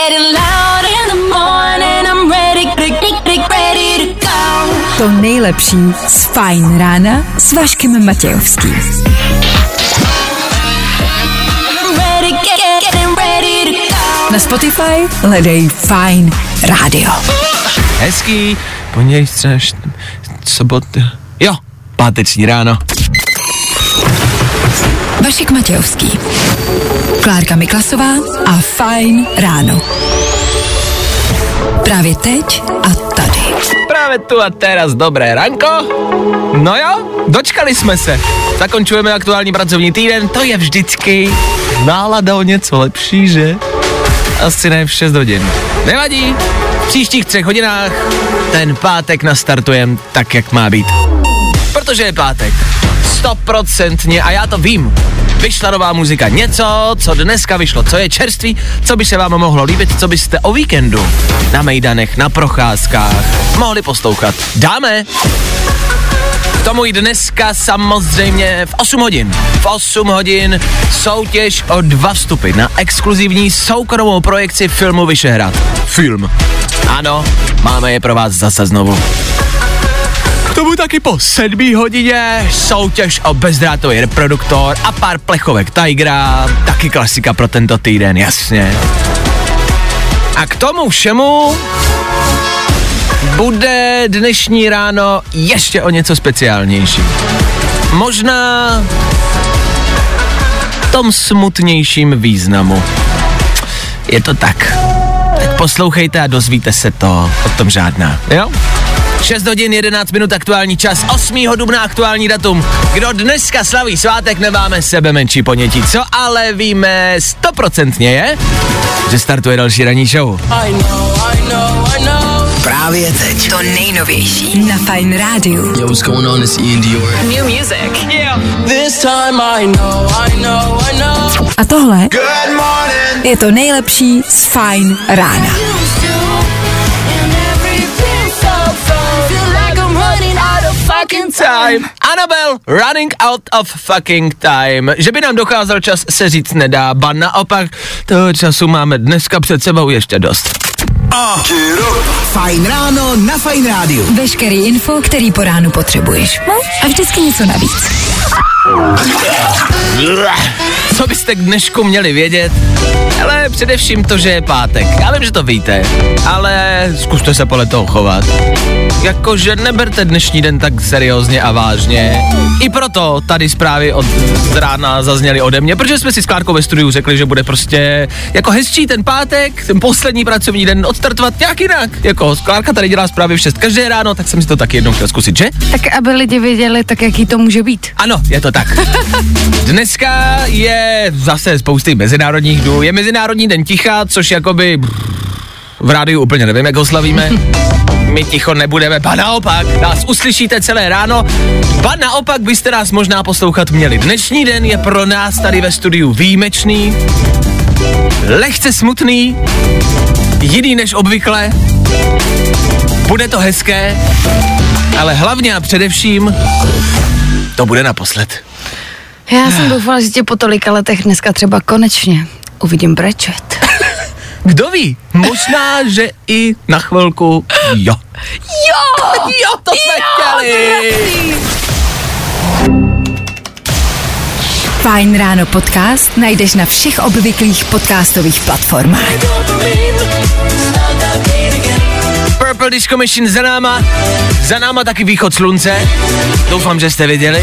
To nejlepší z Fajn rána s Vaškem Matějovským. Na Spotify hledej Fajn rádio. Hezký pondělí, sobota. Jo, páteční ráno. Vašek Matějovský, Klárka Miklasová a Fajn ráno. Právě teď a tady. Právě tu a teraz dobré ranko. No jo, dočkali jsme se. Zakončujeme aktuální pracovní týden, to je vždycky nálada o něco lepší, že? Asi ne v 6 hodin. Nevadí, v příštích 3 hodinách ten pátek nastartujem tak, jak má být. Protože je pátek. 100% a já to vím. Vyšla nová muzika, něco, co dneska vyšlo, co je čerství, co by se vám mohlo líbit, co byste o víkendu na mejdanech, na procházkách mohli poslouchat. Dáme! K tomu i dneska samozřejmě v 8 hodin. V 8 hodin soutěž o 2 vstupy na exkluzivní soukromou projekci filmu Vyšehrad. Film. Ano, máme je pro vás zase znovu. K tomu taky po 7 hodině soutěž o bezdrátový reproduktor a pár plechovek Tigera, taky klasika pro tento týden, jasně. A k tomu všemu bude dnešní ráno ještě o něco speciálnější. Možná v tom smutnějším významu. Je to tak. Tak poslouchejte a dozvíte se to, o tom žádná, jo? 6 hodin 11 minut aktuální čas, 8. dubna aktuální datum. Kdo dneska slaví svátek, nemáme sebe menší ponětí. Co ale víme 100% je, že startuje další ranní show. I know. Právě teď. To nejnovější na Fajn rádiu. Yo, what's going on? It's Ian Dior. New music. Yeah. This time I know. A tohle je to nejlepší z Fajn rána. Time. Annabelle, running out of fucking time. Že by nám docházel čas, se říct nedá, ba naopak, toho času máme dneska před sebou ještě dost. Fajn ráno na Fajn rádiu. Veškerý info, který po ránu potřebuješ. No? A vždycky něco navíc. Co byste k dnešku měli vědět? Ale především to, že je pátek. Já vím, že to víte, ale zkuste se podle toho chovat. Jakože neberte dnešní den tak seriózně a vážně. I proto tady zprávy od rána zazněly ode mě, protože jsme si s Klárkou ve studiu řekli, že bude prostě jako hezčí ten pátek, ten poslední pracovní den odstartovat nějak jinak. Jako Klárka tady dělá zprávy v 6 každé ráno, tak jsem si to taky jednou chtěl zkusit, že? Tak aby lidi věděli, tak jaký to může být. Ano, je to tak. Dneska je zase spousty mezinárodních dnů. Je Mezinárodní den ticha, což jakoby v rádiu úplně nevím, jak ho slavíme. My ticho nebudeme, ba naopak, nás uslyšíte celé ráno, ba naopak byste nás možná poslouchat měli. Dnešní den je pro nás tady ve studiu výjimečný, lehce smutný, jiný než obvykle, bude to hezké, ale hlavně a především to bude naposled. Já jsem doufala, že tě po tolika letech dneska třeba konečně uvidím brečet. Kdo ví, možná, že i na chvilku jo. Jo, to jsme chtěli. Fajn ráno podcast najdeš na všech obvyklých podcastových platformách. Purple Disco Machine za náma taky východ slunce. Doufám, že jste viděli.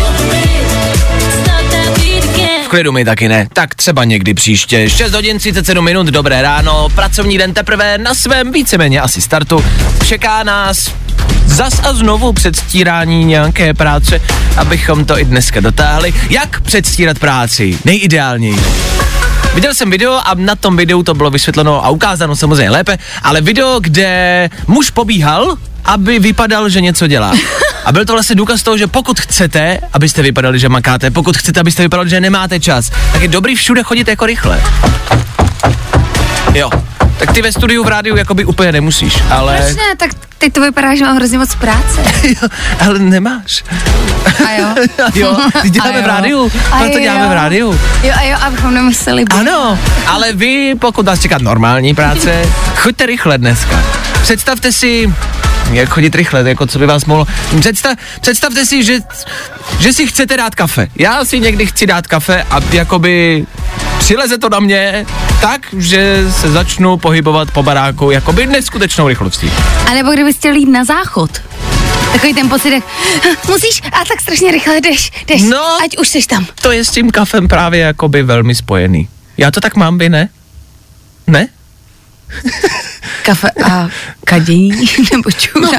V klidu mi taky ne, tak třeba někdy příště. 6 hodin 37 minut, dobré ráno, pracovní den teprve na svém víceméně asi startu. Čeká nás zas a znovu předstírání nějaké práce, abychom to i dneska dotáhli. Jak předstírat práci? Nejideálněji. Viděl jsem video a na tom videu to bylo vysvětleno a ukázáno samozřejmě lépe, ale video, kde muž pobíhal, aby vypadal, že něco dělá. A byl to vlastně důkaz toho, že pokud chcete, abyste vypadali, že makáte, pokud chcete, abyste vypadali, že nemáte čas, tak je dobrý všude chodit jako rychle. Jo, tak ty ve studiu v rádiu jakoby úplně nemusíš, ale... Proč ne, tak teď to vypadá, že mám hrozně moc práce. Jo, ale nemáš. A jo? Jo, děláme v rádiu. To děláme v rádiu. Jo, abychom nemysleli. Ano, ale vy, pokud vás čeká normální práce, choďte rychle dneska. Představte si, jak chodit rychle, jako co by vás mohlo... Představte si, že si chcete dát kafe. Já si někdy chci dát kafe a jakoby přileze to na mě tak, že se začnu pohybovat po baráku jakoby neskutečnou rychlostí. A nebo kdybyste jít na záchod. Takový ten pocit, jak musíš a tak strašně rychle jdeš, no, ať už jsi tam. To je s tím kafem právě jakoby velmi spojený. Já to tak mám, vy ne? Ne? Kafe a kadění, nebo čurák.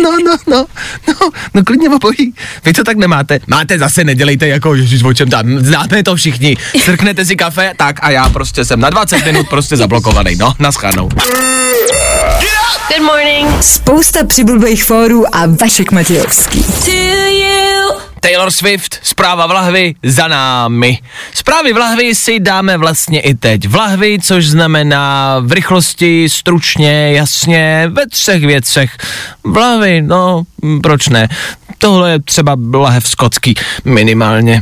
No, klidně obojí. Vy to tak nemáte. Máte zase, nedělejte jako, ježiš, o čem tam, známe to všichni. Strknete si kafe, tak a já prostě jsem na 20 minut prostě zablokovaný. No, naschánou. Good morning. Spousta přibulbých fórů a Vašek Matějovský. Taylor Swift, zpráva v lahvi za námi. Zprávy v lahvi si dáme vlastně i teď. V lahvi, což znamená v rychlosti, stručně, jasně, ve 3 věcech. V lahvi, no, proč ne? Tohle je třeba lahev skotský, minimálně.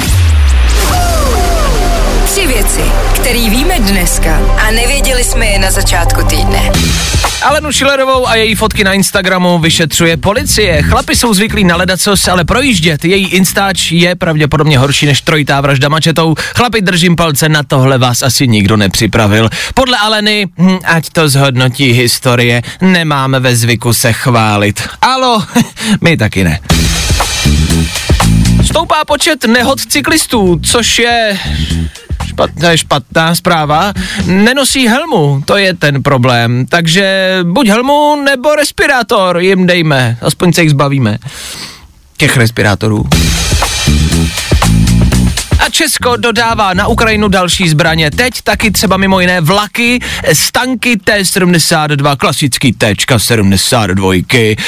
3 věci, které víme dneska a nevěděli jsme je na začátku týdne. Alenu Schillerovou a její fotky na Instagramu vyšetřuje policie. Chlapi jsou zvyklí na ledacos, ale projíždět její Instač je pravděpodobně horší než trojitá vražda mačetou. Chlapi, držím palce, na tohle vás asi nikdo nepřipravil. Podle Aleny, ať to zhodnotí historie, nemáme ve zvyku se chválit. Alo, my taky ne. Stoupá počet nehod cyklistů, což je... špatná zpráva. Nenosí helmu, to je ten problém. Takže buď helmu, nebo respirátor jim dejme. Aspoň se jich zbavíme. Těch respirátorů. A Česko dodává na Ukrajinu další zbraně. Teď taky třeba mimo jiné vlaky z tanky T-72, klasický T-72.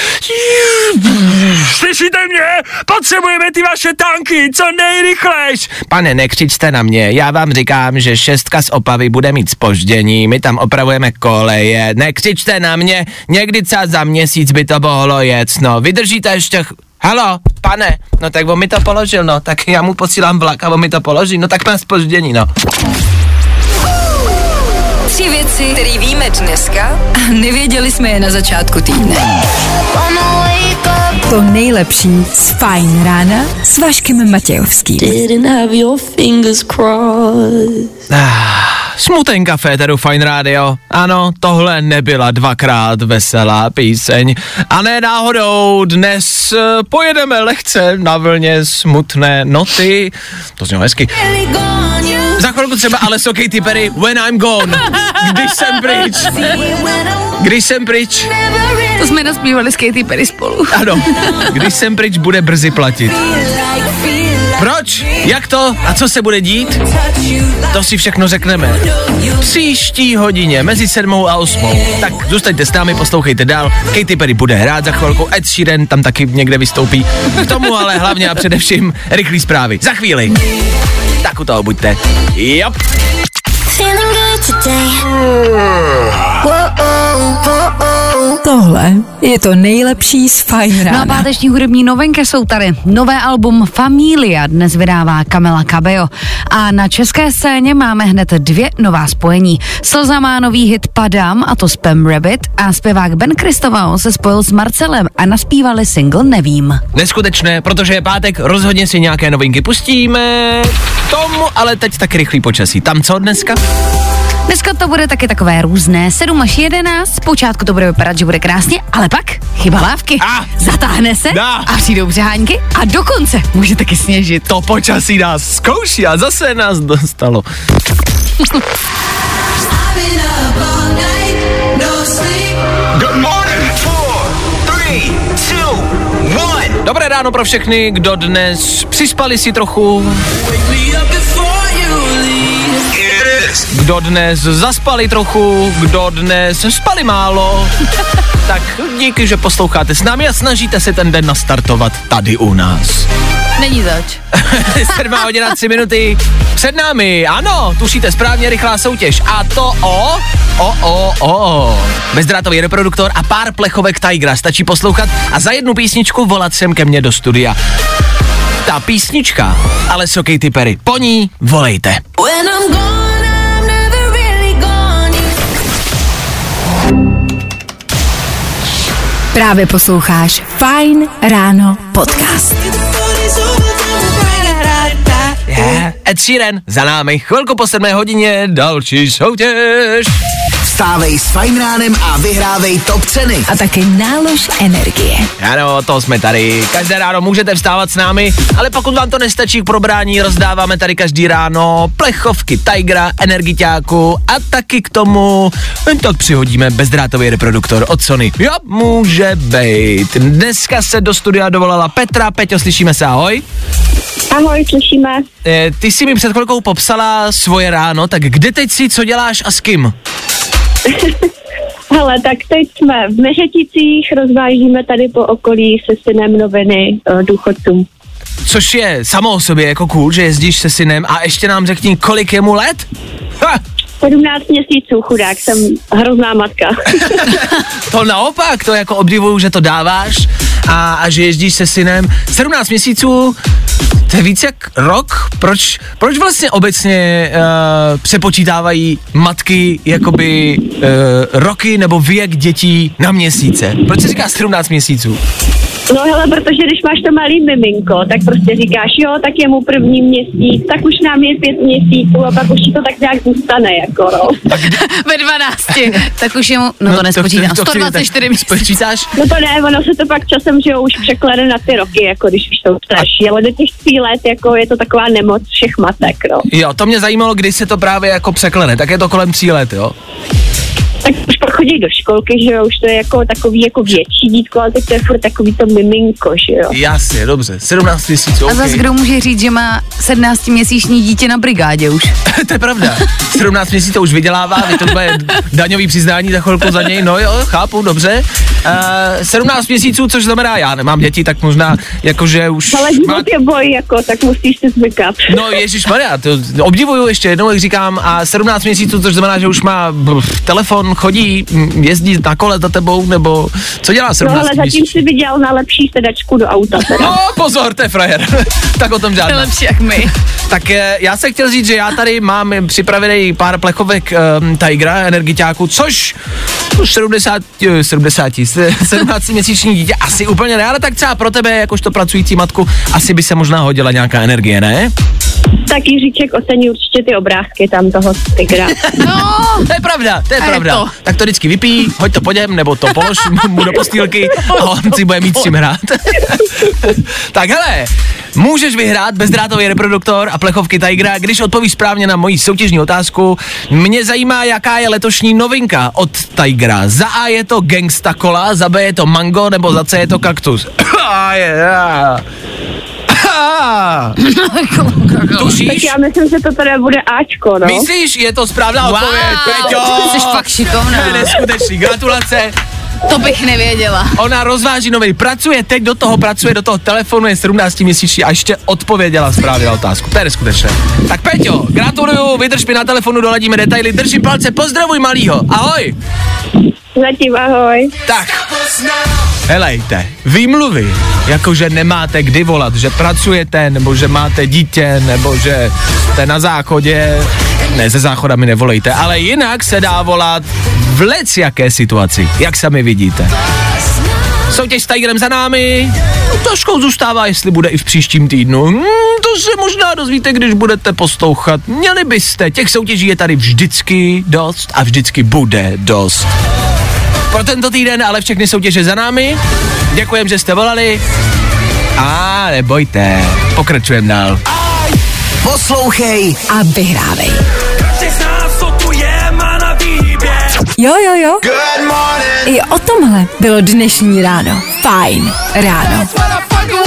Slyšíte mě? Potřebujeme ty vaše tanky, co nejrychlejš. Pane, nekřičte na mě, já vám říkám, že 6 z Opavy bude mít zpoždění, my tam opravujeme koleje. Nekřičte na mě, někdy třeba za měsíc by to mohlo jet, no. Vydržíte ještě... Halo, pane, no tak on mi to položil, no, tak já mu posílám vlak a on mi to položí, no tak má zpoždění, no. 3 věci, které víme dneska a nevěděli jsme je na začátku týdne. To nejlepší z Fajn rána s Vaškem Matějovským. Smutenka Féteru Fajn rádio. Ano, tohle nebyla 2krát veselá píseň. A ne náhodou, dnes pojedeme lehce na vlně smutné noty. To znělo hezky. Za chvilku třeba Alesso Katy Perry, When I'm Gone. Když jsem pryč. To jsme naspívali s Katy Perry spolu. Ano, když jsem pryč, bude brzy platit. Proč? Jak to? A co se bude dít? To si všechno řekneme. Příští hodině, mezi 7 a 8. Tak zůstaňte s námi, poslouchejte dál. Katy Perry bude hrát za chvilku, Ed Sheeran tam taky někde vystoupí. K tomu ale hlavně a především rychlý zprávy. Za chvíli. Tak u toho buďte. Jop. Tohle je to nejlepší z Fajn rána. No a páteční hudební novinky jsou tady. Nové album Familia dnes vydává Camila Cabello. A na české scéně máme hned 2 nová spojení. Slza má nový hit Padam, a to s Pam Rabbit, a zpěvák Ben Christovao se spojil s Marcelem a naspívali single Nevím. Neskutečné, protože je pátek, rozhodně si nějaké novinky pustíme. Tomu ale teď taky rychlý počasí. Tam co dneska? Dneska to bude taky takové různé, 7 až 11, zpočátku to bude vypadat, že bude krásně, ale pak chyba lávky, zatáhne se a přijdou přehánky a dokonce může taky sněžit. To počasí nás zkouší a zase nás dostalo. Good morning. 4, 3, 2, 1. Dobré ráno pro všechny, kdo dnes přispali si trochu. Kdo dnes zaspali trochu, kdo dnes spali málo, tak díky, že posloucháte s námi a snažíte se ten den nastartovat tady u nás. Není zač. 7:03 před námi, ano, tušíte správně, rychlá soutěž a to bezdrátový reproduktor a pár plechovek Tigera, stačí poslouchat a za jednu písničku volat sem ke mně do studia. Ta písnička, ale Katy Perry, po ní volejte. Právě posloucháš Fajn ráno podcast. Ed Sheeran za námi, chvilku po 7 hodině, další soutěž. Vstávej s Fajn ránem a vyhrávej top ceny. A taky nálož energie. Ano, to jsme tady. Každé ráno můžete vstávat s námi, ale pokud vám to nestačí k probrání, rozdáváme tady každý ráno plechovky Tigera, energiťáku a taky k tomu tak přihodíme bezdrátový reproduktor od Sony. Jo, může být. Dneska se do studia dovolala Petra. Peťo, slyšíme se, ahoj. Ahoj, slyšíme. Ty jsi mi před chvilkou popsala svoje ráno, tak kde teď jsi, co děláš a s kým? Hele, tak teď jsme v Neřeticích, rozvážíme tady po okolí se synem noviny důchodcům. Což je samo o sobě jako cool, že jezdíš se synem a ještě nám řekni, kolik je mu let? 17 měsíců, chudák, jsem hrozná matka. To naopak, to jako obdivuju, že to dáváš a že jezdíš se synem. 17 měsíců, to je víc jak rok? Proč vlastně obecně přepočítávají matky jakoby roky nebo věk dětí na měsíce? Proč se říká 17 měsíců? No hele, protože když máš to malý miminko, tak prostě říkáš, jo, tak je mu první měsíc, tak už nám je 5 měsíců a pak už to tak nějak zůstane, jako no. Ve 12, tak už je mu, no to nespočítám, 124 měsíců. No to ne, ono se to pak časem, že jo, už překlene na ty roky, jako když už to straší, ale do těch 3 let, jako je to taková nemoc všech matek, no. Jo, to mě zajímalo, kdy se to právě jako překlene, tak je to kolem 3 let, jo? Tak už pak chodí do školky, že jo, už to je jako takový jako větší dítko, ale teď to je furt takový to miminko, že jo. Jasně, dobře, 17 měsíců, A zase kdo může říct, že má 17měsíční dítě na brigádě už? To je pravda, 17 měsíců už vydělává, vy to bude daňový přiznání za chvilku za něj, no jo, chápu, dobře. 17 měsíců, což znamená, já nemám děti, tak možná jakože už... Ale život je boj, jako, tak musíš si zvykat. No ježišmarja, to obdivuju ještě jednou, jak říkám, a 17 měsíců, což znamená, že už má telefon, chodí, jezdí na kole za tebou, nebo co dělá 17 měsíců? No ale zatím si viděl na lepší sedačku do auta teda. No pozor, to je frajer, tak o tom žádná. Lepší jak my. Tak já se chtěl říct, že já tady mám připravený pár plechovek Tigera, energiťáku, což 17měsíční dítě asi úplně ne, ale tak třeba pro tebe, jakožto pracující matku, asi by se možná hodila nějaká energie, ne? Tak Jiříček ocení určitě ty obrázky tam toho Tigera. No, To je pravda. Tak to vždycky vypij, hoď to po něm, nebo to polož mu do postýlky a on si bude mít s čím hrát. Tak hele, můžeš vyhrát bezdrátový reproduktor a plechovky Tigera, když odpovíš správně na moji soutěžní otázku. Mě zajímá, jaká je letošní novinka od Tigera. Za A je to Gangsta Cola, za B je to Mango, nebo za C je to Kaktus. Tušíš? Tak já myslím, že to teda bude Ačko, no. Myslíš, je to správná odpověď, Peťo? Jsi fakt šikovná. To je neskutečný, gratulace. To bych nevěděla. Ona rozváží nový, pracuje do toho telefonu, je 17 měsíční a ještě odpověděla správně na otázku. To je neskutečné. Tak Peťo, gratuluju, vydrž mi na telefonu, doladíme detaily, držím palce, pozdravuj malýho, ahoj. Zatím ahoj. Tak, helejte, výmluvy, jakože nemáte kdy volat, že pracujete, nebo že máte dítě, nebo že jste na záchodě, ne, se záchodami nevolejte, ale jinak se dá volat v lecjaké situaci, jak sami vidíte. Soutěž s Tigerem za námi, trošku zůstává, jestli bude i v příštím týdnu. To se možná dozvíte, když budete poslouchat. Měli byste, těch soutěží je tady vždycky dost a vždycky bude dost. Pro tento týden ale všechny soutěže za námi. Děkujem, že jste volali. A nebojte, pokračujeme dál. Poslouchej A vyhrávej. Jo. Good morning. I o tomhle bylo dnešní ráno. Fajn ráno.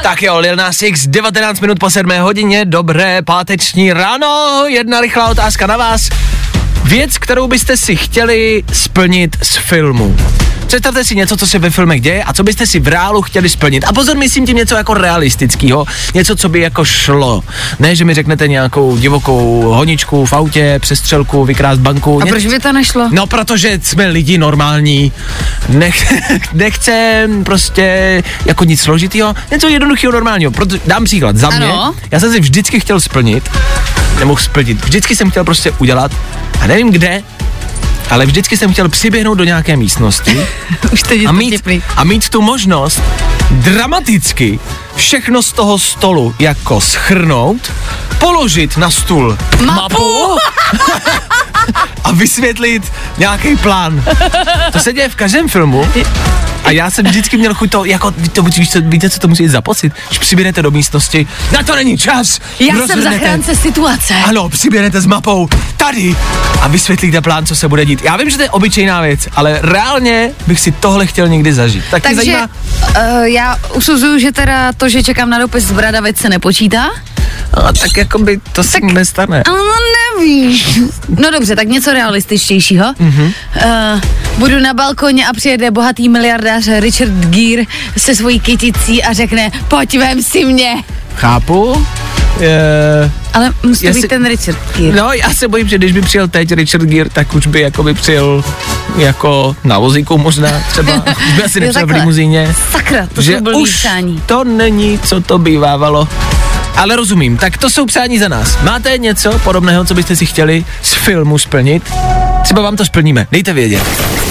Tak jo, Lil Nas X, 19 minut po 7 hodině, dobré páteční ráno, jedna rychlá otázka na vás. Věc, kterou byste si chtěli splnit z filmu. Představte si něco, co se ve filmech děje a co byste si v reálu chtěli splnit. A pozor, myslím tím něco jako realistického, něco, co by jako šlo. Ne, že mi řeknete nějakou divokou honičku v autě, přestřelku, vykrást banku. A proč by to nešlo? No, protože jsme lidi normální. Nechce prostě jako nic složitýho, něco jednoduchého, normálního. Dám příklad za mě. Já jsem si vždycky chtěl splnit, nemohl splnit. Vždycky jsem chtěl prostě udělat, a nevím kde, ale vždycky jsem chtěl přiběhnout do nějaké místnosti Už teď a mít tu možnost dramaticky všechno z toho stolu jako schrnout, položit na stůl mapu a vysvětlit nějaký plán. To se děje v každém filmu. A já jsem vždycky měl chuť to, jako, víte, co to musí jít za pocit? Když přiběhnete do místnosti, na to není čas. Já jsem zachránce situace. Ano, přiběhnete s mapou tady a vysvětlíte plán, co se bude dít. Já vím, že to je obyčejná věc, ale reálně bych si tohle chtěl někdy zažít. Takže já usuzuju, že teda to, že čekám na dopis z Bradavic, se nepočítá? A tak jako by to se nestane. Ale nevíš. No dobře, tak něco realističtějšího. Budu na balkoně a přijede bohatý miliardář Richard Gere se svojí kyticí a řekne, pojď, vem si mě. Chápu. Ale musí být ten Richard Gere. No, já se bojím, že když by přijel teď Richard Gere, tak už by jakoby přijel jako na vozíku možná třeba. Už by asi nepřijel v limuzíně. Sakra, to jsou blbý přání. To není, co to bývávalo. Ale rozumím, tak to jsou přání za nás. Máte něco podobného, co byste si chtěli z filmu splnit? Třeba vám to splníme, dejte vědět.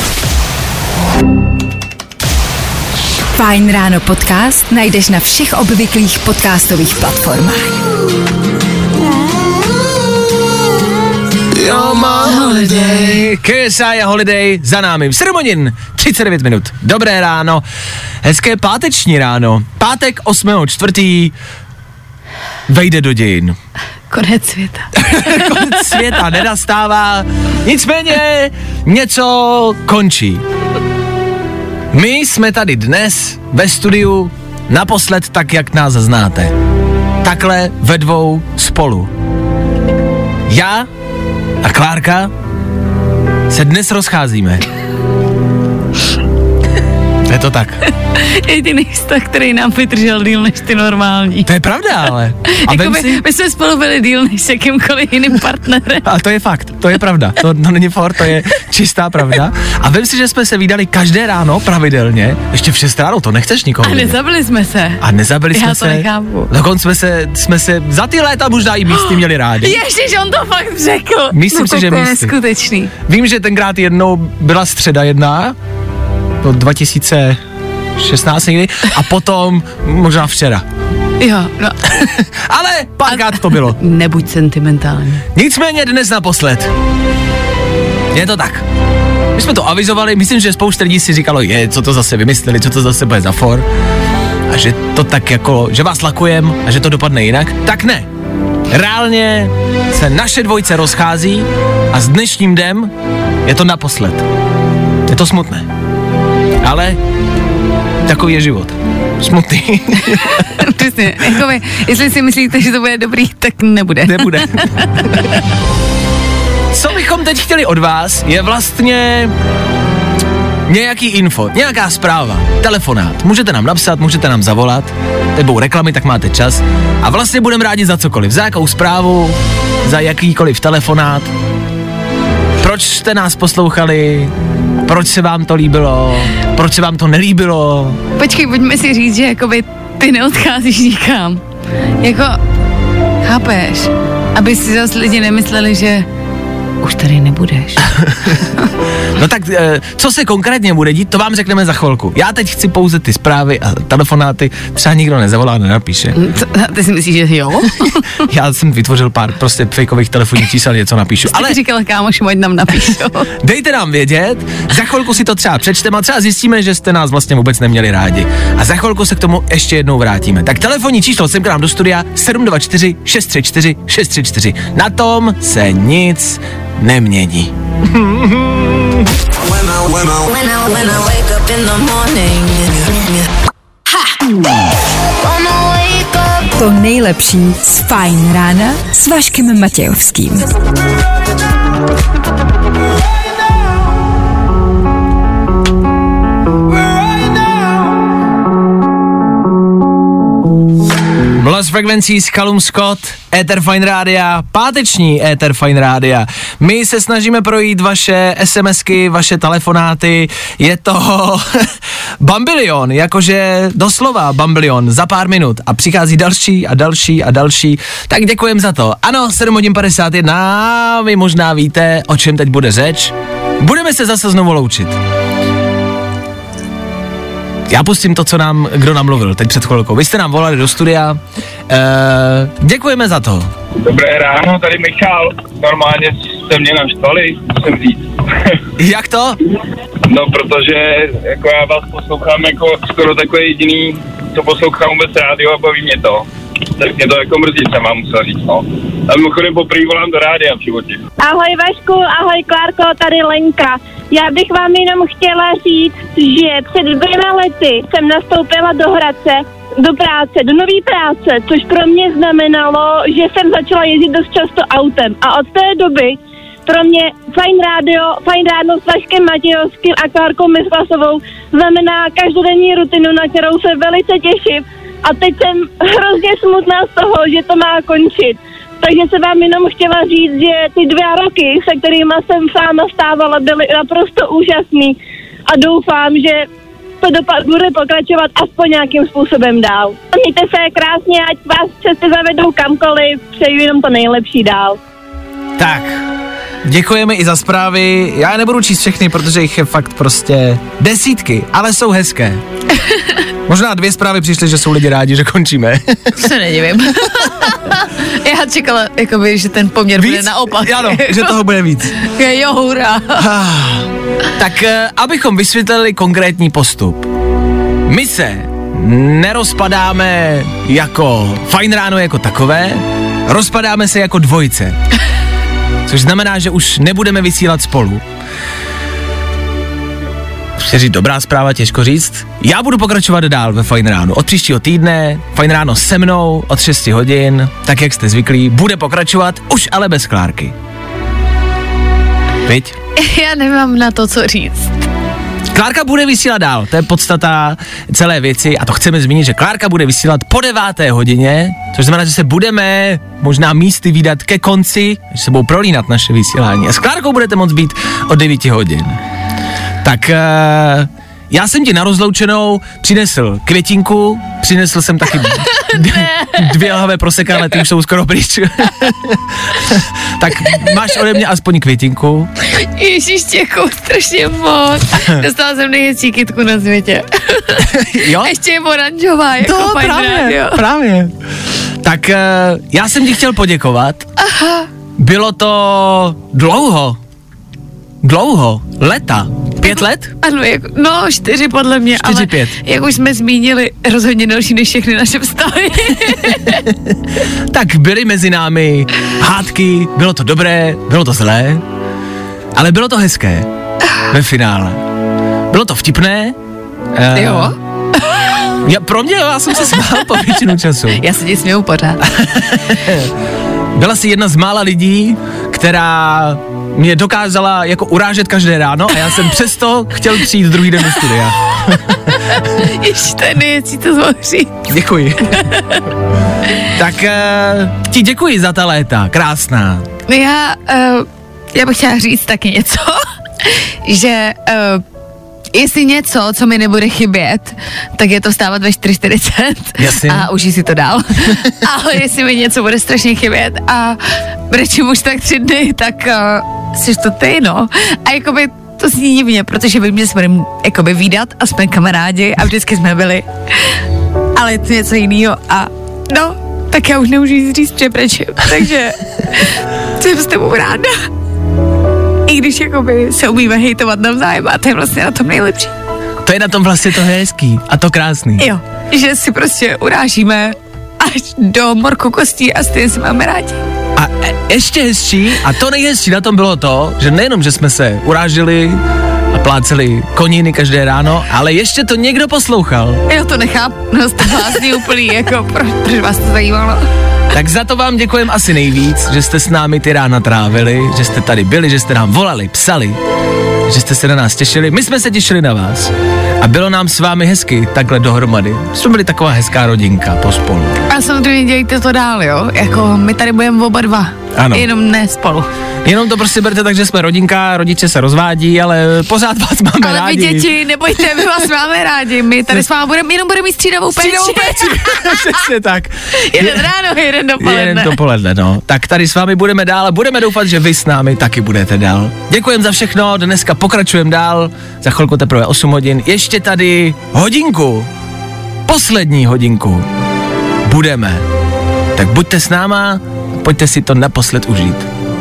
Fajn ráno podcast najdeš na všech obvyklých podcastových platformách. Holiday. KSI a Holiday za námi. V 7 hodin 39 minut. Dobré ráno. Hezké páteční ráno. Pátek 8.4. vejde do dějin. Konec světa. Konec světa nenastává, nicméně něco končí. My jsme tady dnes ve studiu naposled tak, jak nás znáte. Takhle ve dvou spolu. Já a Klárka se dnes rozcházíme. Je to tak. Jediný vztah, který nám vydržel díl než ty normální. To je pravda, ale. A jako my jsme spolu byli díl než s jakýmkoliv jiným partnerem. A to je fakt, to je pravda. To není for, to je čistá pravda. A vem si, že jsme se vídali každé ráno pravidelně, ještě v 6 ráno, to nechceš nikoho. A nezabili jsme se. Já to nechápu. Dokonce jsme se za ty léta možná i místy měli rádi. Ježiš, on to fakt řekl. Myslím si, že to je neskutečný. Vím, že tenkrát jednou byla středa jedna, 2016 někdy, a potom možná včera. Jo, no. Ale párkrát to bylo. Nebuď sentimentální. Nicméně dnes naposled. Je to tak. My jsme to avizovali, myslím, že spousta lidí si říkalo, co to zase vymysleli, co to zase bude za for. A že to tak jako, že vás lakujem a že to dopadne jinak. Tak ne. Reálně se naše dvojce rozchází a s dnešním dnem je to naposled. Je to smutné. Ale takový je život. Smutný. Přesně, jakoby, jestli si myslíte, že to bude dobrý, tak nebude. Nebude. Co bychom teď chtěli od vás, je vlastně nějaký info, nějaká zpráva, telefonát. Můžete nám napsat, můžete nám zavolat, nebo reklamy, tak máte čas. A vlastně budeme rádi za cokoliv, za jakou zprávu, za jakýkoliv telefonát. Proč jste nás poslouchali? Proč se vám to líbilo? Proč se vám to nelíbilo? Počkej, pojďme si říct, že jakoby ty neodcházíš nikam. Jako, chápeš? Aby si zase lidi nemysleli, že už tady nebudeš. No tak, co se konkrétně bude dít, to vám řekneme za chvilku. Já teď chci pouze ty zprávy a telefonáty, třeba nikdo nezavolá, nenapíše. Ty si myslíš, že jo? Já jsem vytvořil pár prostě fejkových telefonních čísel, něco napíšu. Ale ty říkala, kámoši, ať nám napíšou. Dejte nám vědět, za chvilku si to třeba přečteme a třeba zjistíme, že jste nás vlastně vůbec neměli rádi. A za chvilku se k tomu ještě jednou vrátíme. Tak telefonní číslo sem k nám do studia 724 634 634. Na tom se nic nemění. To nejlepší z Fajn rána s Vaškem Matějovským. Lost Frequencies, Callum Scott, Éter Fajn rádia, páteční Éter Fajn rádia. My se snažíme projít vaše SMSky, vaše telefonáty, je to bambilion, jakože doslova bambilion za pár minut a přichází další a další a další, tak děkujem za to. Ano, 7:51, vy možná víte, o čem teď bude řeč. Budeme se zase znovu loučit. Já pustím to, co nám kdo namluvil teď před chvilkou. Vy jste nám volali do studia. Děkujeme za to. Dobré ráno, tady Michal. Normálně jste mě naštvali, musím říct. Jak to? No, protože jako já vás poslouchám jako skoro takový jediný, co poslouchám vůbec rádio a baví mě to. Tak mě to jako mrzí, jsem vám musel říct, no. A mimochodem poprvé volám do rádia v životě. Ahoj Vašku, ahoj Klárko, tady Lenka. Já bych vám jenom chtěla říct, že před 2 lety jsem nastoupila do Hradce, do práce, do nové práce, což pro mě znamenalo, že jsem začala jezdit dost často autem. A od té doby pro mě Fajn ráno s Vaškem Matějovským a Klárkou Mysvasovou znamená každodenní rutinu, na kterou se velice těším. A teď jsem hrozně smutná z toho, že to má končit. Takže se vám jenom chtěla říct, že ty 2 roky, se kterými jsem sama stávala, byly naprosto úžasný a doufám, že to bude pokračovat aspoň nějakým způsobem dál. Mějte se krásně, ať vás cesty zavedou kamkoliv, přeju jenom to nejlepší dál. Tak, děkujeme i za zprávy. Já nebudu číst všechny, protože jich je fakt prostě desítky, ale jsou hezké. Možná 2 zprávy přišly, že jsou lidi rádi, že končíme. Se nedivím. Já čekala, jakoby, že ten poměr bude naopak. Ano, že toho bude víc. Jo, hurá. Tak, abychom vysvětlili konkrétní postup. My se nerozpadáme jako Fajn ráno jako takové, rozpadáme se jako dvojice. Což znamená, že už nebudeme vysílat spolu. Chci říct dobrá zpráva, těžko říct. Já budu pokračovat dál ve Fajn ránu. Od příštího týdne Fajn ráno se mnou od 6 hodin, tak jak jste zvyklí, bude pokračovat, už ale bez Klárky. Viď? Já nemám na to, co říct. Klárka bude vysílat dál, to je podstata celé věci a to chceme zmínit, že Klárka bude vysílat po 9. hodině, což znamená, že se budeme možná místy vídat ke konci, že se budou prolínat naše vysílání. A s Klárkou budete moct být od 9 hodin. Tak já jsem ti na rozloučenou přinesl květinku, přinesl jsem taky 2 lahve proseka, ale ty už jsou skoro pryč. Tak máš ode mě aspoň květinku. Ježiš, děkuju strašně moc. Dostala jsem nejhezčí kytku na světě. Jo? Ještě je oranžová, jako to Fajn rádio. Právě. Tak já jsem ti chtěl poděkovat. Aha. Bylo to dlouho, leta. 5 let? Ano, 4 podle mě, 4, ale 5. jak už jsme zmínili, rozhodně další než všechny naše vztahy. Tak byly mezi námi hádky, bylo to dobré, bylo to zlé, ale bylo to hezké ve finále. Bylo to vtipné. Jo? Pro mě, já jsem se smál po většinu času. Já se ti směju pořád. Byla jsi jedna z mála lidí, která mě dokázala jako urážet každé ráno a já jsem přesto chtěl přijít druhý den do studia. Ještě to je největší, to zmohří. Děkuji. Tak ti děkuji za ta léta, krásná. No já bych chtěla říct taky něco, že jestli něco, co mi nebude chybět, tak je to vstávat ve 4:40 a užij si to dál. Ale jestli mi něco bude strašně chybět a brečím už tak 3 dny, tak jsi to ty, no. A jakoby to zní divně, protože vím, že se budeme jakoby vídat a jsme kamarádi a vždycky jsme byli. Ale je to něco jiného a no, tak já už nemůžu říct, že brečím. Takže jsem s tebou ráda. I když jakoby se umíme hejtovat navzájem a to je vlastně na tom nejlepší. To je na tom vlastně to hezký a to krásný. Jo, že si prostě urážíme až do morku kostí a stejně se máme rádi. A ještě hezčí, a to nejhezčí na tom bylo to, že nejenom, že jsme se urážili a pláceli koniny každé ráno, ale ještě to někdo poslouchal. Já to nechápu, no jste blázní úplný, jako proč vás to zajímalo? Tak za to vám děkujeme asi nejvíc, že jste s námi ty rána trávili, že jste tady byli, že jste nám volali, psali, že jste se na nás těšili. My jsme se těšili na vás a bylo nám s vámi hezky takhle dohromady. Jsme byli taková hezká rodinka pospolu. A samozřejmě dějte to dál, jo? Jako my tady budeme oba dva. Ano. Jenom ne spolu. Jenom to prostě berte tak, že jsme rodinka, rodiče se rozvádí, ale pořád vás máme ale rádi. Ale vy děti, nebojte, my vás máme rádi. My tady s vámi budeme mít střídavou péči. Přesně tak. Jeden ráno, jeden dopoledne. Jeden dopoledne, no. Tak tady s vámi budeme dál a budeme doufat, že vy s námi taky budete dál. Děkujem za všechno, dneska pokračujeme dál. Za chvilku teprve 8 hodin. Ještě tady hodinku. Poslední hodinku. Budeme. Tak buďte s náma, pojďte si to naposled užít.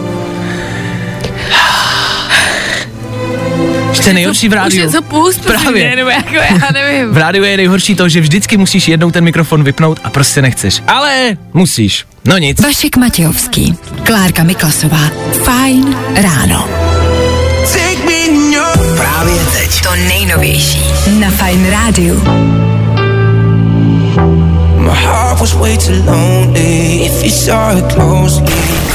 Ještě nejhorší v rádiu. Už je to půst, právě. Nebo jako já nevím. V rádiu je nejhorší to, že vždycky musíš jednou ten mikrofon vypnout a prostě nechceš. Ale musíš. No nic. Vašek Matějovský, Klárka Miklasová, Fajn ráno. Právě teď. To nejnovější na Fajn rádiu. My heart was way too lonely if you saw it closely.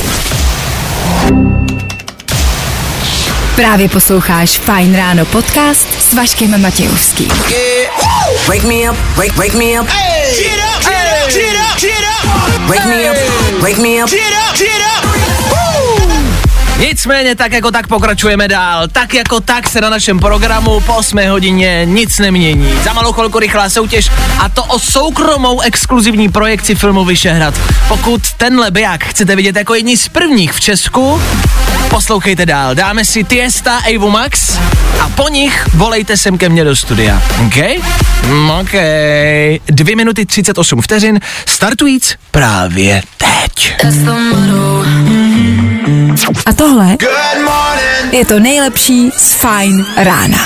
Právě posloucháš Fajn ráno podcast s Vaškem Matějovským. Wake me up, wake me up. Get up, get up, get up, get up. Wake me up, wake me up. Get up, get up. Nicméně tak jako tak pokračujeme dál. Tak jako tak se na našem programu po 8 hodině nic nemění. Za malou chvilku rychlá soutěž a to o soukromou exkluzivní projekci filmu Vyšehrad. Pokud tenhle biják chcete vidět jako jedni z prvních v Česku, poslouchejte dál. Dáme si Tiesta, Evu Max a po nich volejte sem ke mně do studia. OK? OK. 2 minuty 38 vteřin, startujíc právě teď. A tohle je to nejlepší z Fajn rána.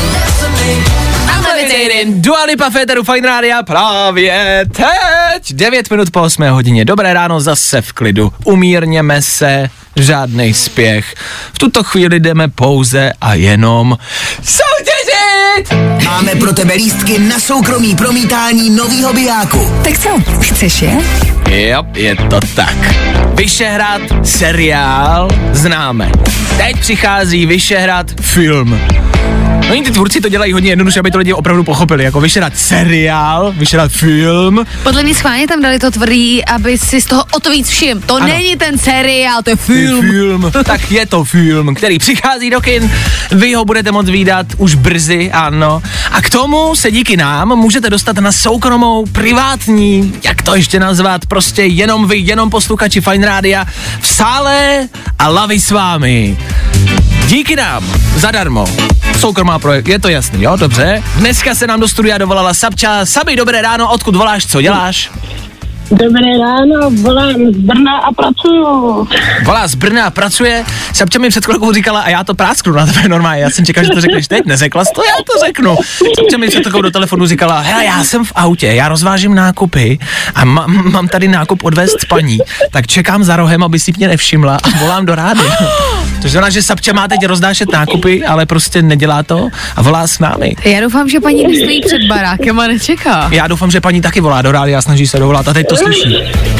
Dua Lipa v éteru Fajn rádia právě teď. 9 minut po 8 hodině. Dobré ráno, zase v klidu. Umírněme se, žádnej spěch. V tuto chvíli jdeme pouze a jenom soutěžit! Máme pro tebe lístky na soukromý promítání novýho bijáku. Tak co, chceš je? Jo, je to tak. Vyšehrad seriál známe. Teď přichází Vyšehrad film. No ty tvůrci to dělají hodně jednoduše, aby to lidi opravdu pochopili, jako Vyšehrad seriál, Vyšehrad film. Podle mě schválně tam dali to tvrdý, aby si z toho o to víc všim. To ano. Není ten seriál, to je film. Tak je to film, který přichází do kin, vy ho budete moct vídat už brzy, ano. A k tomu se díky nám můžete dostat na soukromou, privátní, jak to ještě nazvat, prostě jenom vy, jenom posluchači Fajn rádia v sále a lavy s vámi. Díky nám, zadarmo. Soukromá projekt, je to jasný, jo, dobře. Dneska se nám do studia dovolala Sabča. Sabi, dobré ráno, odkud voláš, co děláš? Dobré ráno, volám z Brna a pracuju. Volá z Brna a pracuje. Sabča mi před chvilkou říkala, a já to prásknu na tebe normálně. Já jsem čekal, že to řekneš teď, neřekla jsi to, já to řeknu. Sabča mi před chvilkou do telefonu říkala, hele, já jsem v autě, já rozvážím nákupy a mám tady nákup odvést s paní, tak čekám za rohem, aby si mě nevšimla a volám do rádia. To znamená, že Sabča má teď rozdášet nákupy, ale prostě nedělá to a volá s námi. Já doufám, že paní nestojí před barákem a nečeká. Já doufám, že paní taky volá do rádia a snaží se dovolat a teď to slyší.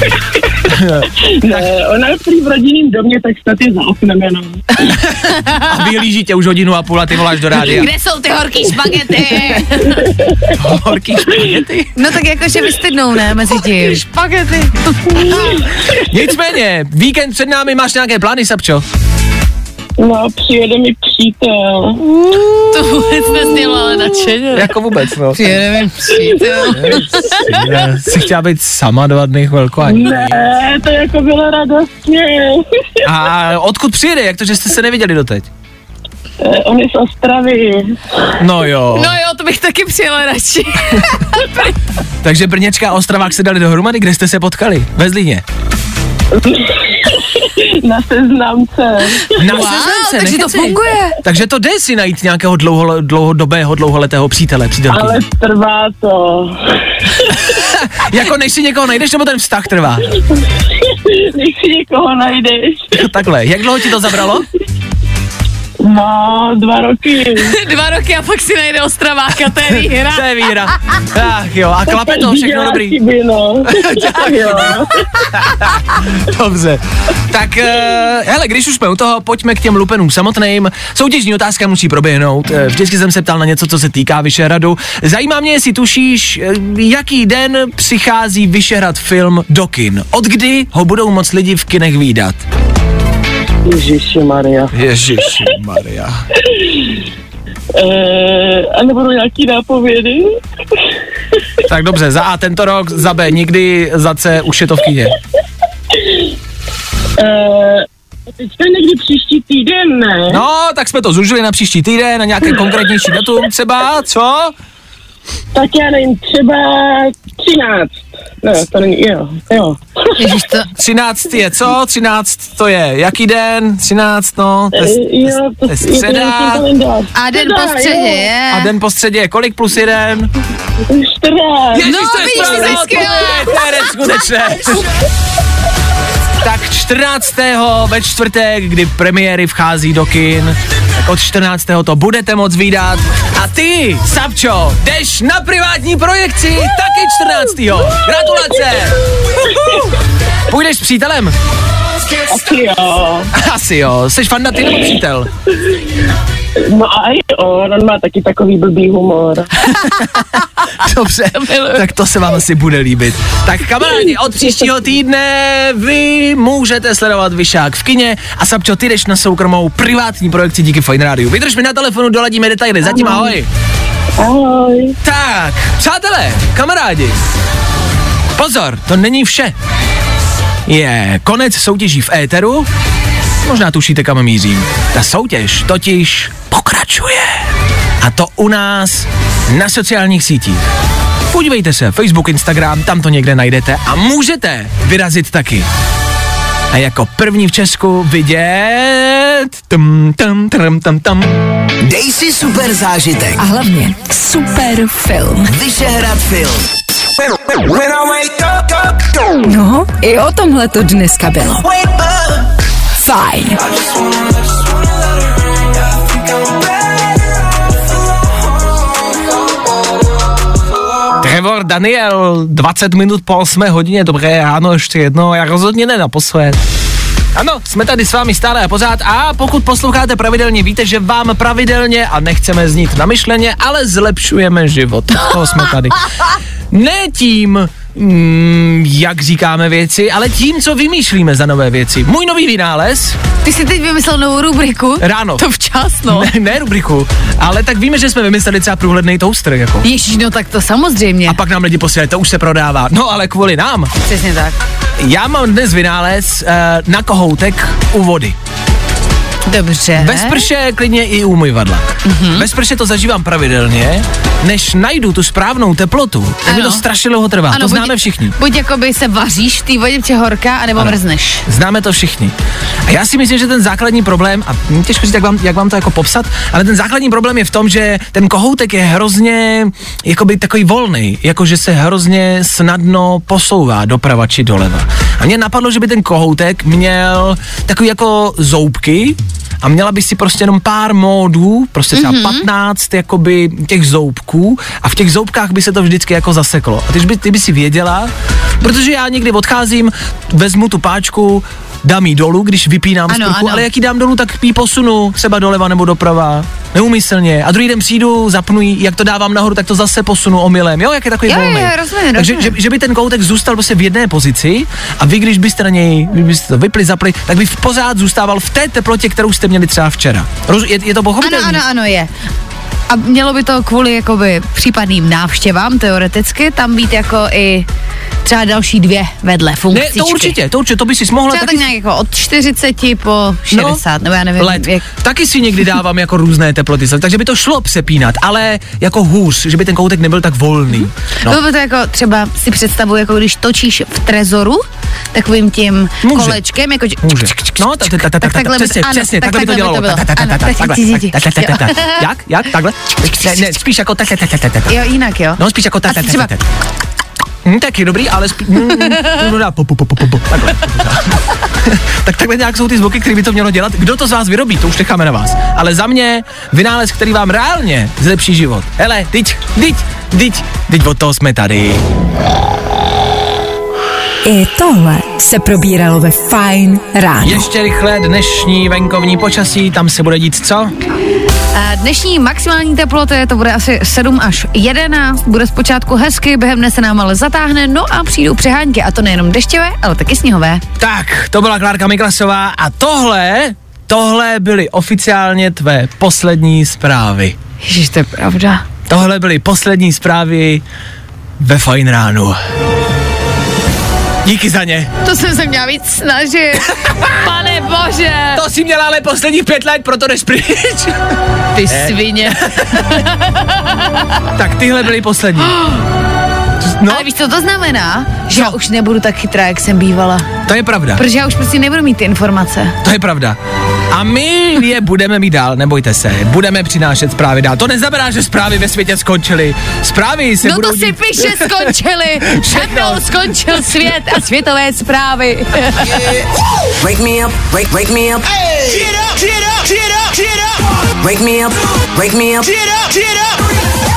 Ne, ona je v rodinným domě, tak snad je za oknem jenom. A vyhlíží tě už 1,5 hodiny a ty voláš do rádia. Kde jsou ty horký špagety? Horký špagety? No tak jakože vystydnou, ne, mezi tím. Špagety. Nicméně, víkend před námi, máš nějaké plány, Sabčo? No, přijede mi přítel. To vůbec neznělo, ale nadšeně. Jako vůbec, no. Přijede mi přítel. Jsi chtěla být sama 2 dny chvilku ani. Ne, to jako bylo radostně. A odkud přijede, jak to, že jste se neviděli doteď? On je z Ostravy. No jo. No jo, to bych taky přijela radši. Takže Brněčka a Ostravák se dali dohromady, kde jste se potkali? Ve Zlíně. Na seznamce. Takže to funguje. Takže to jde si najít nějakého dlouhodobého, dlouholetého přítele, přítelky. Ale trvá to. Jako než si někoho najdeš, nebo ten vztah trvá? Než si někoho najdeš. Takhle, jak dlouho ti to zabralo? No, 2 roky. 2 roky a pak si najde Ostraváka, to je výhra. To je výhra. Ach jo, a klape to, všechno dobrý. Chyby, no. Jo. Dobře. Tak, hele, když už jsme u toho, pojďme k těm lupenům samotným. Soutěžní otázka musí proběhnout. Vždycky jsem se ptal na něco, co se týká Vyšehradu. Zajímá mě, jestli tušíš, jaký den přichází Vyšehrad film do kin. Od kdy ho budou moc lidi v kinech vídat? Ježišimaria. A nebudou nějaký nápovědy? Tak dobře, za A tento rok, za B nikdy, za C už je to v kině. Teďka někdy příští týden, ne? No, tak jsme to zužili na příští týden, na nějaké konkrétnější datum třeba, co? Tak já nevím, třeba 13. Ne, to není, jo. Ježiš, to... 13 je co? 13 to je jaký den? 13, no, to je středa. A den po středě je. A den po středě je kolik plus 1? 14. Ježiš, No, to je vidíš, správná jsi skvělá. odpověď, to je neskutečné. Tak 14. ve čtvrtek, kdy premiéry vchází do kin, tak od 14. to budete moc vídat. A ty, Sapčo, jdeš na privátní projekci taky 14. Gratulace! Půjdeš s přítelem? Asi jo. Jsi fanda ty nebo přítel? No a jo, on má taky takový blbý humor. Dobře, tak to se vám asi bude líbit. Tak kamarádi, od příštího týdne vy můžete sledovat Vyšák v kině a Sapčo, ty jdeš na soukromou privátní projekci díky Fajn rádiu. Vydrž mi na telefonu, doladíme detaily. Zatím ahoj. Ahoj. Tak, přátelé, kamarádi, pozor, to není vše. Je konec soutěží v éteru. Možná tušíte, kam mířím. Ta soutěž totiž pokračuje. A to u nás na sociálních sítích. Podívejte se, Facebook, Instagram, tam to někde najdete a můžete vyrazit taky. A jako první v Česku vidět... Dej si super zážitek. A hlavně super film. Vyšehrad film. No, i o tomhle to dneska bylo. Fajn. Trevor Daniel, 20 minut po 8 hodině, dobré ráno ještě jednou, já rozhodně ne naposled. Ano, jsme tady s vámi stále a pořád a pokud posloucháte pravidelně, víte, že vám pravidelně, a nechceme znít namyšleně, ale zlepšujeme život. To jsme tady. Ne tím, jak říkáme věci, ale tím, co vymýšlíme za nové věci. Můj nový vynález. Ty jsi teď vymyslel novou rubriku? Ráno. To včas, no. Ne rubriku, ale tak víme, že jsme vymysleli třeba průhledný toaster, jako. Ježíš, no tak to samozřejmě. A pak nám lidi posílají, to už se prodává. No ale kvůli nám. Přesně tak. Já mám dnes vynález na kohoutek u vody. Dobře. Ve sprše klidně i umyvadla. Ve sprše to zažívám pravidelně, než najdu tu správnou teplotu, tak mi to strašně dlouho trvá. Ano, to známe všichni. Buď jakoby se vaříš v té vodě, protože horká, anebo mrzneš. Známe to všichni. A já si myslím, že ten základní problém, a těžko říct, jak vám to jako popsat, ale ten základní problém je v tom, že ten kohoutek je hrozně jakoby takový volný, jakože se hrozně snadno posouvá doprava či doleva. A mně napadlo, že by ten kohoutek měl takový jako zoubky, a měla by si prostě jenom pár módů, prostě třeba 15 jakoby těch zoubků a v těch zoubkách by se to vždycky jako zaseklo. A ty by si věděla, protože já někdy odcházím, vezmu tu páčku, dám jí dolů, když vypínám sprchu, ale jak ji dám dolů, tak ji posunu třeba doleva nebo doprava, neumyslně. A druhý den přijdu, zapnu ji, jak to dávám nahoru, tak to zase posunu omylem, jo, jak je takový volný. Takže že by ten koutek zůstal prostě v jedné pozici a vy, když byste na něj, kdybyste to vypli, zapli, tak by pořád zůstával v té teplotě, kterou jste měli třeba včera. Je to pochopitelné? Ano, je. A mělo by to kvůli jakoby případným návštěvám teoreticky tam být jako i třeba další 2 vedle funkcičky. Ne, to určitě, to by si mohla třeba taky... tak nějak jako od 40 po 60, nebo já nevím. Let. Taky si někdy dávám jako různé teploty, takže by to šlo přepínat, ale jako hůř, že by ten koutek nebyl tak volný. No. Bylo by to jako třeba si představuji, jako když točíš v trezoru, takovým tím kolečkem, jako... Může. No, přesně, takhle by to dělalo. Jak? Takhle? Ne, spíš jako Jo, jinak jo. No, spíš jako Taky dobrý, ale takhle. Tak takhle nějak jsou ty zvuky, které by to mělo dělat. Kdo to z vás vyrobí, to už necháme na vás. Ale za mě vynález, který vám reálně zlepší život. Hele, teď od toho jsme tady. I tohle se probíralo ve Fajn ráno. Ještě rychle dnešní venkovní počasí, tam se bude dít co? Dnešní maximální teploty, to bude asi 7 až 11, bude zpočátku hezky, během dne se nám ale zatáhne, no a přijdou přehánky, a to nejenom dešťové, ale taky sněhové. Tak, to byla Klárka Miklasová a tohle byly oficiálně tvé poslední zprávy. Ježiš, to je pravda. Tohle byly poslední zprávy ve Fajn ránu. Díky za ně. To jsem se měla víc snažit. Pane bože. To si měla ale posledních 5 let, proto jdeš pryč. Ty svině. Tak tyhle byly poslední. No. Ale víš, co to znamená? Že já už nebudu tak chytrá, jak jsem bývala. To je pravda. Protože já už prostě nebudu mít ty informace. To je pravda. A my je budeme mít dál, nebojte se. Budeme přinášet zprávy dál. To neznamená, že zprávy ve světě skončily. Zprávy se budou to si píše skončily. Všechno skončil svět a světové zprávy. Wake me up, wake me up. Hey. Get up, get up, get up, get up. Wake me up, wake me up. Get up, get up.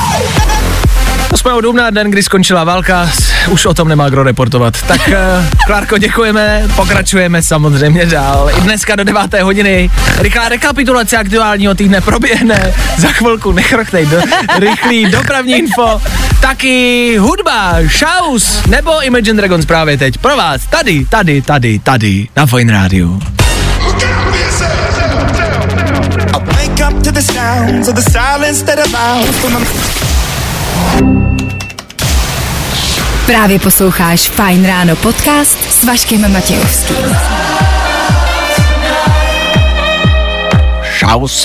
8. dubna, den, kdy skončila válka, už o tom nemá kdo reportovat. Tak, Klárko, děkujeme, pokračujeme samozřejmě dál. I dneska do 9. hodiny rychlá rekapitulace aktuálního týdne proběhne. Za chvilku nechrchtej, rychlý dopravní info, taky hudba, Shouse nebo Imagine Dragons právě teď. Pro vás, tady, na Fajn rádiu. Právě posloucháš Fajn ráno podcast s Vaškem Matějovským. Shouse.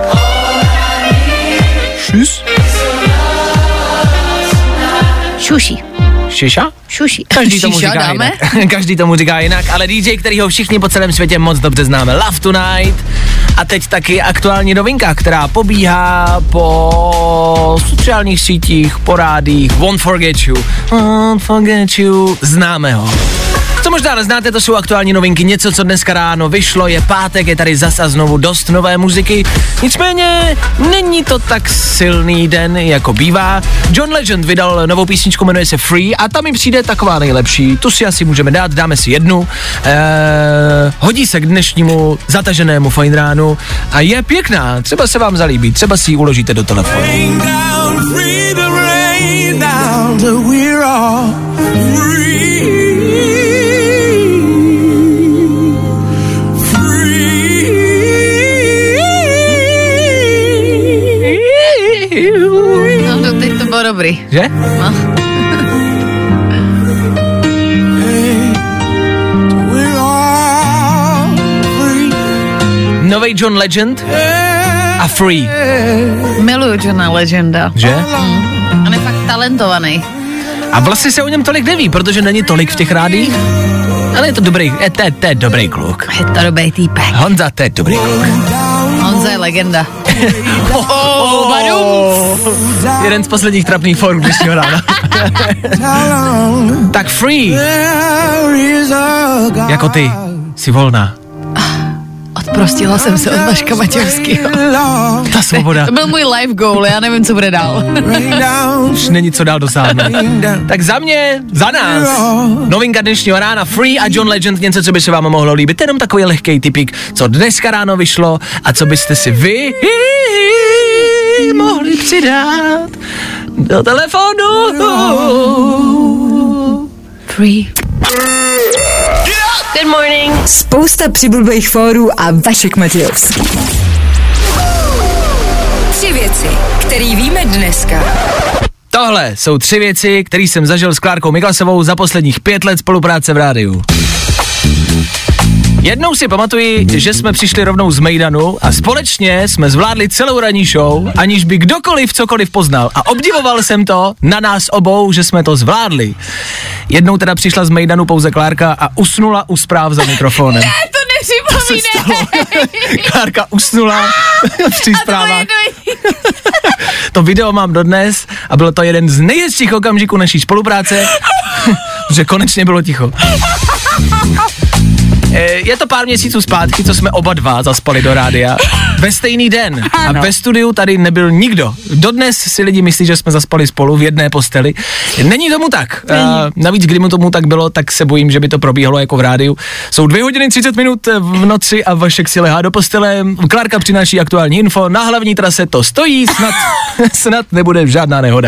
Šus. Šuši. Šiša? Šuši. Každý tomu říká jinak. Každý tomu říká jinak, ale DJ, který ho všichni po celém světě moc dobře známe, Love Tonight. A teď taky aktuální novinka, která pobíhá po sociálních sítích, po rádích, Won't Forget You, známe ho. Co možná neznáte, to jsou aktuální novinky, něco, co dneska ráno vyšlo, je pátek, je tady zas a znovu dost nové muziky, nicméně není to tak silný den, jako bývá. John Legend vydal novou písničku, jmenuje se Free a tam mi přijde taková nejlepší, tu si asi můžeme dát, dáme si jednu, hodí se k dnešnímu zataženému Fajn ránu a je pěkná, třeba se vám zalíbí, třeba si ji uložíte do telefonu. No, teď to bylo dobrý. Že? No. Nový John Legend a Free. Miluju Johna Legenda. Že? On je fakt talentovaný. A vlastně se o něm tolik neví, protože není tolik v těch rádích. Ale je to dobrý, to je dobrý kluk. Je to dobrý týpek. Honza, to je dobrý kluk. Honza je legenda. Jeden z posledních trapných form dnešního rána. Tak Free. Jako ty, jsi volná. Odprostila jsem se od Vaška Matějovského. Ta svoboda. To byl můj life goal, já nevím, co bude dál. Už není co dál dosáhnout. Tak za mě, za nás, novinka dnešního rána, Free a John Legend, něco, co by se vám mohlo líbit, jenom takový lehkej tipik, co dneska ráno vyšlo a co byste si vy mohli přidat do telefonu. Free. Good morning. Spousta přibulbých fórů a Vašek Matějovský. 3 věci, které víme dneska. Tohle jsou 3 věci, které jsem zažil s Klárkou Miklasovou za posledních 5 let spolupráce v rádiu. Jednou si pamatuji, že jsme přišli rovnou z Mejdanu a společně jsme zvládli celou ranní show, aniž by kdokoliv cokoliv poznal. A obdivoval jsem to na nás obou, že jsme to zvládli. Jednou teda přišla z Mejdanu pouze Klárka a usnula u zpráv za mikrofonem. Ne, to nepřipomínej. Klárka usnula při zprávách. To video mám dodnes a bylo to jeden z nejhezčích okamžiků naší spolupráce. Že konečně bylo ticho. Je to pár měsíců zpátky, co jsme oba dva zaspali do rádia. Ve stejný den. A ve studiu tady nebyl nikdo. Dodnes si lidi myslí, že jsme zaspali spolu v jedné posteli. Není tomu tak. Navíc, kdyby tomu tak bylo, tak se bojím, že by to probíhalo jako v rádiu. Jsou 2 hodiny 30 minut v noci a Vašek si lehá do postele. Klárka přináší aktuální info. Na hlavní trase to stojí, snad nebude žádná nehoda.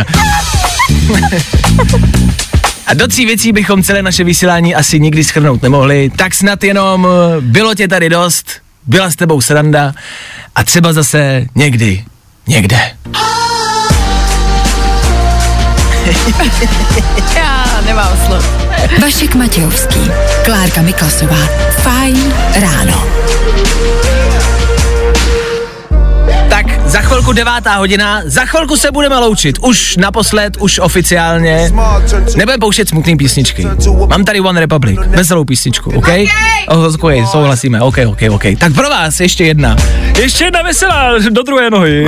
A do 3 věcí bychom celé naše vysílání asi nikdy shrnout nemohli, tak snad jenom bylo tě tady dost, byla s tebou sranda a třeba zase někdy, někde. Já nemám slov. Vašek Matějovský, Klárka Miklasová, Fajn ráno. Tak za chvilku 9. hodina, za chvilku se budeme loučit, už naposled, už oficiálně, nebudeme pouštět smutný písničky, mám tady One Republic, veselou písničku, OK? Okay, souhlasíme, OK. Tak pro vás ještě jedna veselá, do druhé nohy.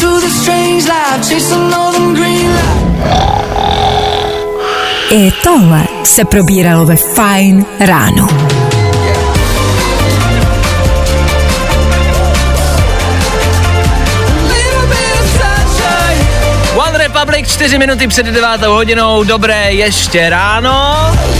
I tohle se probíralo ve Fajn ráno. One Republic, 4 minuty před 9. hodinou, dobré ještě ráno.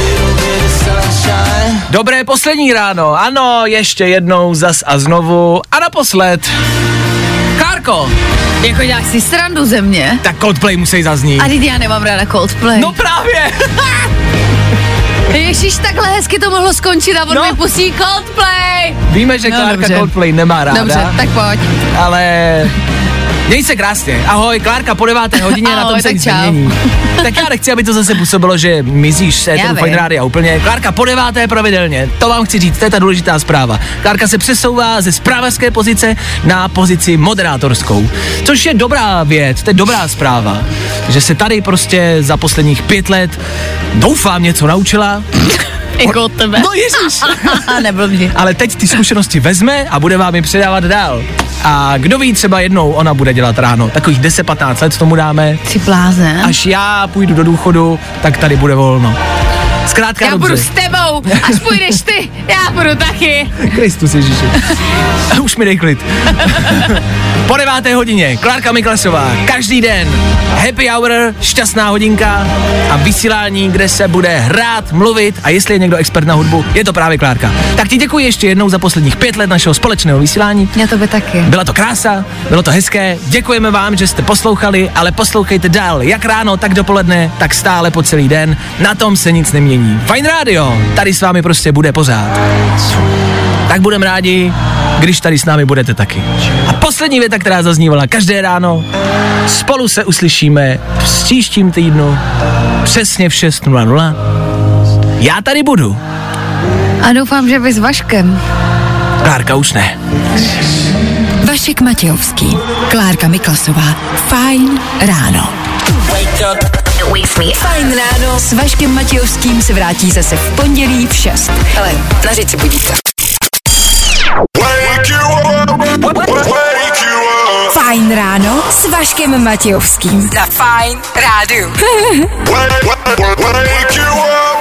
Dobré poslední ráno, ano, ještě jednou zas a znovu a naposled. Klárko. Jako děláš si srandu ze mě? Tak Coldplay musí zaznít. A teď já nemám ráda Coldplay. No právě. Ježiš, takhle hezky to mohlo skončit a on mi pustí Coldplay. Víme, že Klárka dobře. Coldplay nemá ráda. Dobře, tak pojď. Ale měj se krásně. Ahoj, Klárka po 9. hodině, ahoj, na tom se nic nemění. Tak já nechci, aby to zase působilo, že mizíš se ten Fajn rádia úplně. Klárka po 9. pravidelně, to vám chci říct, to je ta důležitá zpráva. Klárka se přesouvá ze zpravodajské pozice na pozici moderátorskou, což je dobrá věc, to je dobrá zpráva, že se tady prostě za posledních 5 let doufám něco naučila. Jako od tebe. No ježiš. Nebyl vždy. Ale teď ty zkušenosti vezme a bude vám je předávat dál. A kdo ví, třeba jednou ona bude dělat ráno. Takových 10-15 let tomu dáme. Jsi blázen. Až já půjdu do důchodu, tak tady bude volno. Zkrátka já dobře. Budu s tebou, až půjdeš ty, já budu taky. Kristus Ježíši. Už mi dej klid. Po 9. hodině Klárka Miklasová, každý den happy hour, šťastná hodinka a vysílání, kde se bude hrát, mluvit a jestli je někdo expert na hudbu, je to právě Klárka. Tak ti děkuji ještě jednou za posledních 5 let našeho společného vysílání. Já tobě taky. Byla to krása, bylo to hezké, děkujeme vám, že jste poslouchali, ale poslouchejte dál, jak ráno, tak dopoledne, tak stále po celý den, na tom se nic nemění. Fajn rádio, tady s vámi prostě bude pořád. Tak budeme rádi, když tady s námi budete taky. A poslední věta, která zaznívala každé ráno, spolu se uslyšíme v příštím týdnu přesně v 6:00. Já tady budu. A doufám, že vy s Vaškem. Klárka už ne. Vašek Matějovský, Klárka Miklasová, Fajn ráno. Fajn ráno s Vaškem Matějovským se vrátí zase v pondělí v 6. Hele, nařiď si budíka. Fajn ráno s Vaškem Matějovským. Na Fajn rádiu.